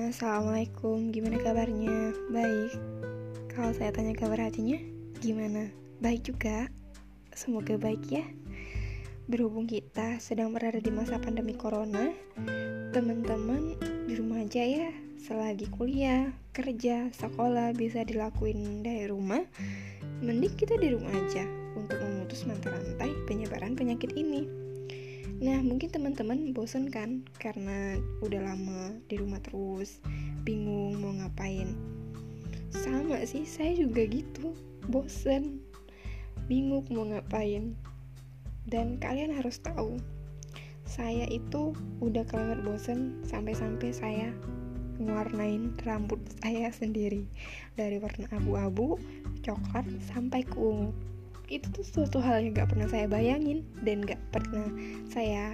Assalamualaikum, gimana kabarnya? Baik. Kalau saya tanya kabar hatinya, gimana? Baik juga. Semoga baik ya. Berhubung kita sedang berada di masa pandemi corona, teman-teman di rumah aja ya. Selagi kuliah, kerja, sekolah bisa dilakuin dari rumah, mending kita di rumah aja untuk memutus mata rantai penyebaran penyakit ini. Nah, mungkin teman-teman bosen kan karena udah lama di rumah terus, bingung mau ngapain. Sama sih, saya juga gitu, bosen, bingung mau ngapain. Dan kalian harus tahu, saya itu udah kelewat bosen sampai-sampai saya ngewarnain rambut saya sendiri dari warna abu-abu, coklat, sampai ke ungu. Itu tuh suatu hal yang gak pernah saya bayangin dan gak pernah saya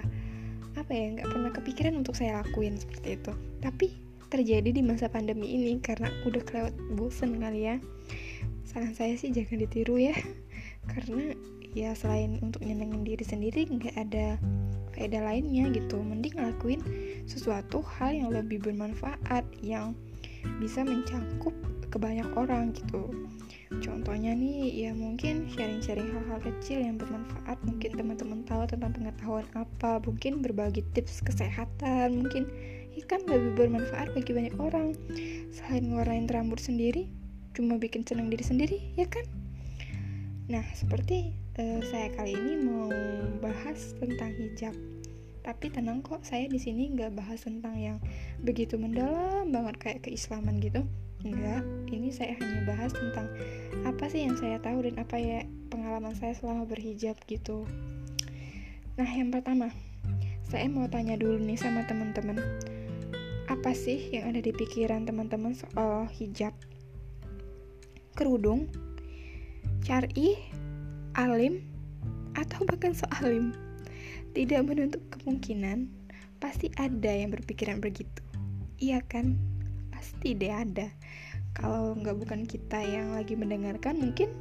gak pernah kepikiran untuk saya lakuin seperti itu. Tapi terjadi di masa pandemi ini karena udah kelewat bosen kali ya. Saran saya sih jangan ditiru ya, karena ya selain untuk nyenengin diri sendiri gak ada faedah lainnya gitu. Mending lakuin sesuatu hal yang lebih bermanfaat, yang bisa mencakup ke banyak orang gitu. Contohnya nih, ya mungkin sharing-sharing hal-hal kecil yang bermanfaat. Mungkin teman-teman tahu tentang pengetahuan apa, mungkin berbagi tips kesehatan, mungkin kan lebih bermanfaat bagi banyak orang. Selain ngewarnain rambut sendiri, cuma bikin senang diri sendiri, ya kan? Nah, seperti saya kali ini mau bahas tentang hijab. Tapi tenang kok, saya di sini nggak bahas tentang yang begitu mendalam banget kayak keislaman gitu. Enggak, ini saya hanya bahas tentang apa sih yang saya tahu dan apa ya pengalaman saya selama berhijab gitu. Nah, yang pertama, saya mau tanya dulu nih sama teman-teman. Apa sih yang ada di pikiran teman-teman soal hijab? Kerudung, syar'i, alim, atau bahkan soalim? Tidak menutup kemungkinan, pasti ada yang berpikiran begitu. Iya kan? Pasti deh ada. Kalau bukan kita yang lagi mendengarkan, mungkin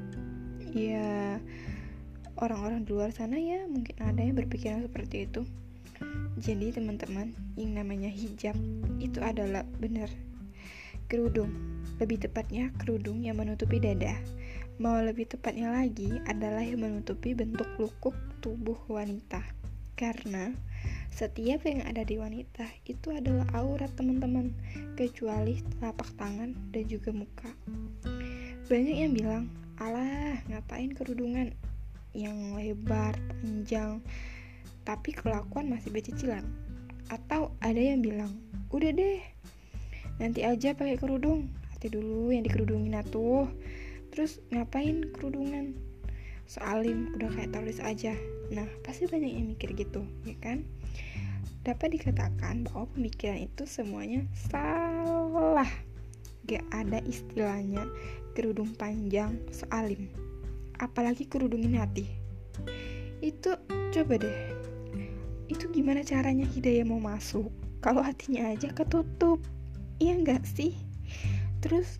ya orang-orang di luar sana ya mungkin ada yang berpikiran seperti itu. Jadi teman-teman, yang namanya hijab itu adalah benar kerudung, lebih tepatnya kerudung yang menutupi dada. Mau lebih tepatnya lagi adalah yang menutupi bentuk lukuk tubuh wanita. Karena setiap yang ada di wanita itu adalah aurat teman-teman, kecuali telapak tangan dan juga muka. Banyak yang bilang, alah ngapain kerudungan yang lebar, panjang, tapi kelakuan masih becicilan. Atau ada yang bilang, udah deh, nanti aja pakai kerudung, hati dulu yang dikerudungin atuh. Terus ngapain kerudungan? Soalim, udah kayak tulis aja. Nah, pasti banyak yang mikir gitu, ya kan? Dapat dikatakan bahwa pemikiran itu semuanya salah. Gak ada istilahnya kerudung panjang soalim, apalagi kerudungin hati. Itu coba deh, itu gimana caranya hidayah mau masuk kalau hatinya aja ketutup? Iya gak sih? Terus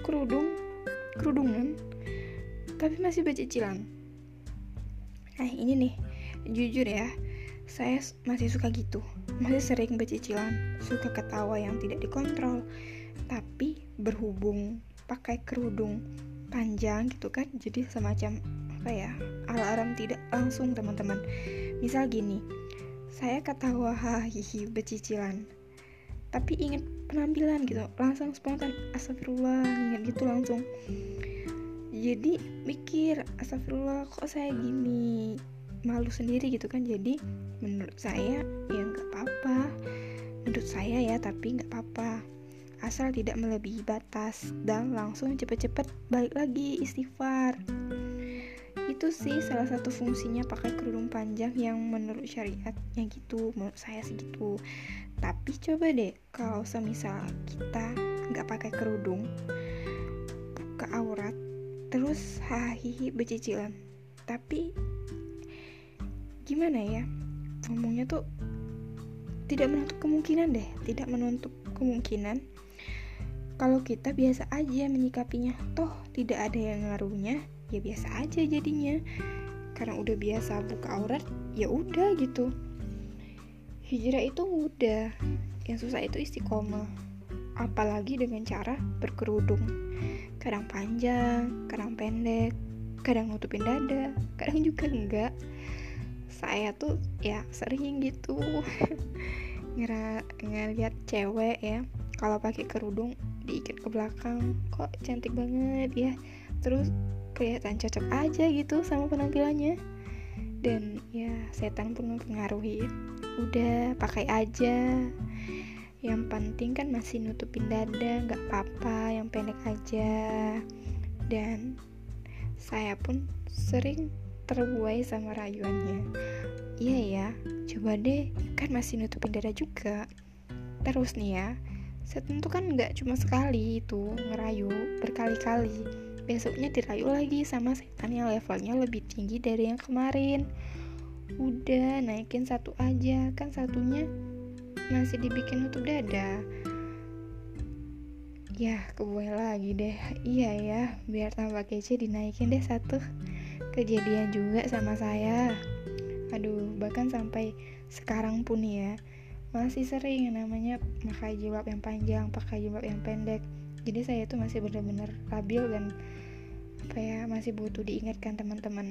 kerudungan tapi masih becicilan. Nah ini nih, jujur ya, saya masih suka gitu, masih sering becicilan, suka ketawa yang tidak dikontrol. Tapi berhubung pakai kerudung panjang gitu kan, jadi semacam alarm tidak langsung teman-teman. Misal gini, saya ketawa hahihi becicilan, tapi ingat penampilan gitu, langsung spontan astagfirullah, ingat gitu langsung. Jadi mikir, astagfirullah kok saya gini, malu sendiri gitu kan. Jadi menurut saya ya gak apa-apa, menurut saya ya, tapi gak apa-apa asal tidak melebihi batas dan langsung cepet-cepet balik lagi istighfar. Itu sih salah satu fungsinya pakai kerudung panjang yang menurut syariatnya gitu, menurut saya segitu. Tapi coba deh kalau semisal kita gak pakai kerudung, buka aurat, terus hahihi becicilan, tapi gimana ya, ngomongnya tuh tidak menutup kemungkinan kalau kita biasa aja menyikapinya. Toh tidak ada yang ngaruhnya, ya biasa aja jadinya. Karena udah biasa buka aurat, ya udah gitu. Hijrah itu mudah, yang susah itu istiqomah. apalagi dengan cara berkerudung. Kadang panjang, kadang pendek, kadang nutupin dada, kadang juga enggak. Saya tuh ya sering gitu ngeliat cewek ya kalau pakai kerudung diikat ke belakang, kok cantik banget ya, terus kelihatan cocok aja gitu sama penampilannya. Dan ya setan pun mempengaruhi. Udah pakai aja, yang penting kan masih nutupin dada, gak apa-apa, yang pendek aja. Dan saya pun sering terbuai sama rayuannya. Iya ya, coba deh, kan masih nutupin dada juga. Terus nih ya, setan tuh kan gak cuma sekali itu ngerayu, berkali-kali. Besoknya dirayu lagi sama setan yang levelnya lebih tinggi dari yang kemarin. Udah, naikin satu aja, kan satunya masih dibikin nutup dada. Ya, kebuai lagi deh. Iya ya, biar tambah kece dinaikin deh satu. Kejadian juga sama saya. Aduh, bahkan sampai sekarang pun ya masih sering yang namanya pakai jilbab yang panjang, pakai jilbab yang pendek. Jadi saya tuh masih benar-benar labil dan masih butuh diingatkan teman-teman.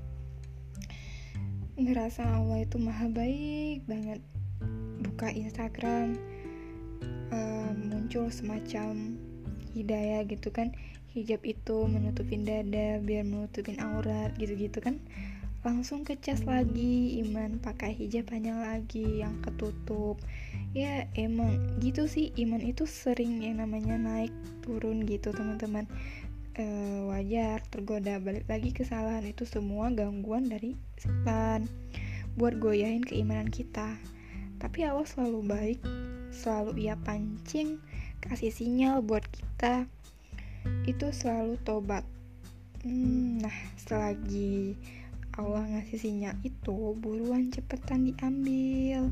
Ngerasa Allah itu maha baik banget. Buka Instagram, muncul semacam hidayah gitu kan, hijab itu menutupin dada biar menutupin aurat gitu-gitu kan, langsung kecas lagi iman, pakai hijab panjang lagi yang ketutup. Ya emang gitu sih, iman itu sering yang namanya naik turun gitu teman-teman. Wajar tergoda, balik lagi kesalahan itu semua gangguan dari setan buat goyahin keimanan kita. Tapi Allah selalu baik, selalu Ia pancing, kasih sinyal buat kita itu selalu tobat. Nah, selagi Allah ngasih sinyal itu, buruan cepetan diambil.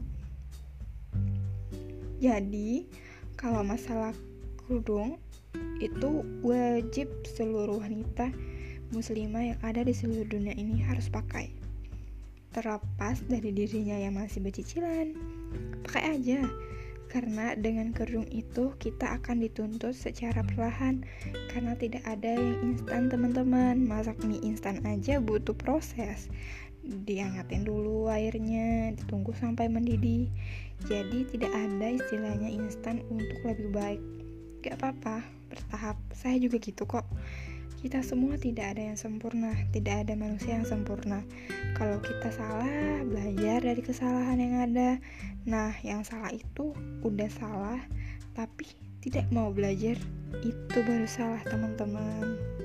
Jadi, kalau masalah kerudung itu wajib seluruh wanita muslimah yang ada di seluruh dunia ini harus pakai. Terlepas dari dirinya yang masih bercicilan, pakai aja. Karena dengan kerudung itu kita akan dituntut secara perlahan, karena tidak ada yang instan teman-teman. Masak mie instan aja butuh proses. Dihangatin dulu airnya, ditunggu sampai mendidih. Jadi tidak ada istilahnya instan untuk lebih baik. Gak apa-apa, bertahap. Saya juga gitu kok. Kita semua tidak ada yang sempurna, tidak ada manusia yang sempurna. Kalau kita salah, belajar dari kesalahan yang ada. Nah, yang salah itu udah salah, tapi tidak mau belajar, itu baru salah teman-teman.